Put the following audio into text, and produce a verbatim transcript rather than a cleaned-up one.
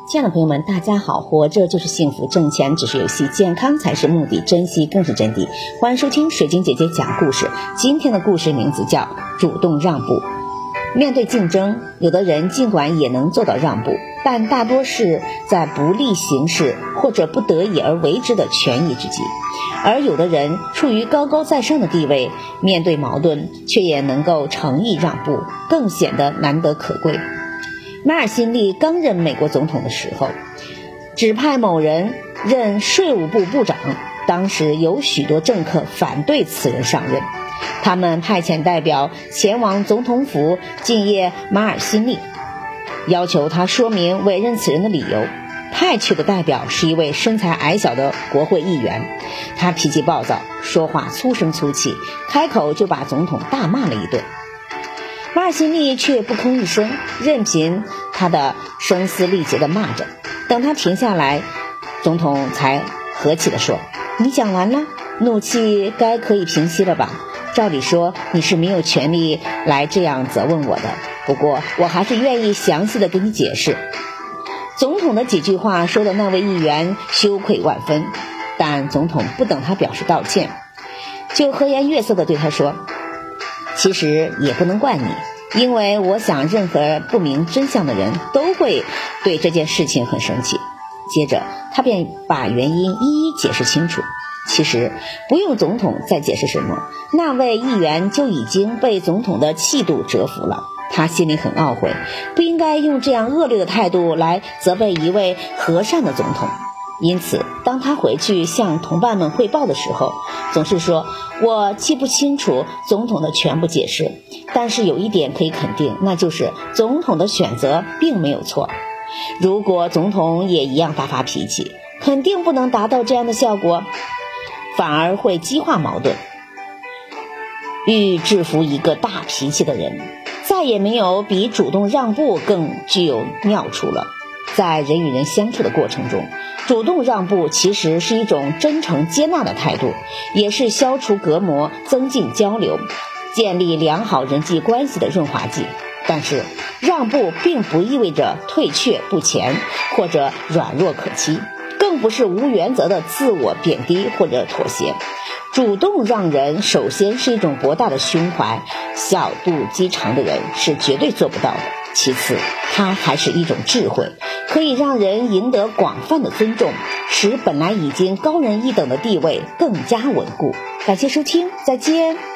亲爱的朋友们，大家好，活着就是幸福，挣钱只是游戏，健康才是目的，珍惜更是真谛。欢迎收听水晶姐姐讲故事。今天的故事名字叫主动让步。面对竞争，有的人尽管也能做到让步，但大多是在不利形势或者不得已而为之的权宜之计，而有的人处于高高在上的地位，面对矛盾却也能够诚意让步，更显得难得可贵。马尔辛利刚任美国总统的时候，指派某人任税务部部长，当时有许多政客反对此人上任，他们派遣代表前往总统府进谒马尔辛利，要求他说明委任此人的理由。派去的代表是一位身材矮小的国会议员，他脾气暴躁，说话粗声粗气，开口就把总统大骂了一顿。马尔辛利却不吭一声，任凭他的声嘶力竭地骂着。等他停下来，总统才和气地说：“你讲完了，怒气该可以平息了吧？照理说你是没有权利来这样责问我的，不过我还是愿意详细地给你解释。”总统的几句话说的那位议员羞愧万分，但总统不等他表示道歉，就和颜悦色地对他说：“其实也不能怪你，因为我想任何不明真相的人都会对这件事情很生气。”接着他便把原因一一解释清楚。其实不用总统再解释什么，那位议员就已经被总统的气度折服了。他心里很懊悔，不应该用这样恶劣的态度来责备一位和善的总统。因此当他回去向同伴们汇报的时候，总是说：“我记不清楚总统的全部解释，但是有一点可以肯定，那就是总统的选择并没有错。如果总统也一样大发脾气，肯定不能达到这样的效果，反而会激化矛盾。欲制服一个大脾气的人，再也没有比主动让步更具有妙处了。”在人与人相处的过程中，主动让步其实是一种真诚接纳的态度，也是消除隔膜、增进交流、建立良好人际关系的润滑剂。但是让步并不意味着退却不前或者软弱可欺，更不是无原则的自我贬低或者妥协。主动让人首先是一种博大的胸怀，小肚鸡肠的人是绝对做不到的。其次，它还是一种智慧，可以让人赢得广泛的尊重，使本来已经高人一等的地位更加稳固。感谢收听，再见。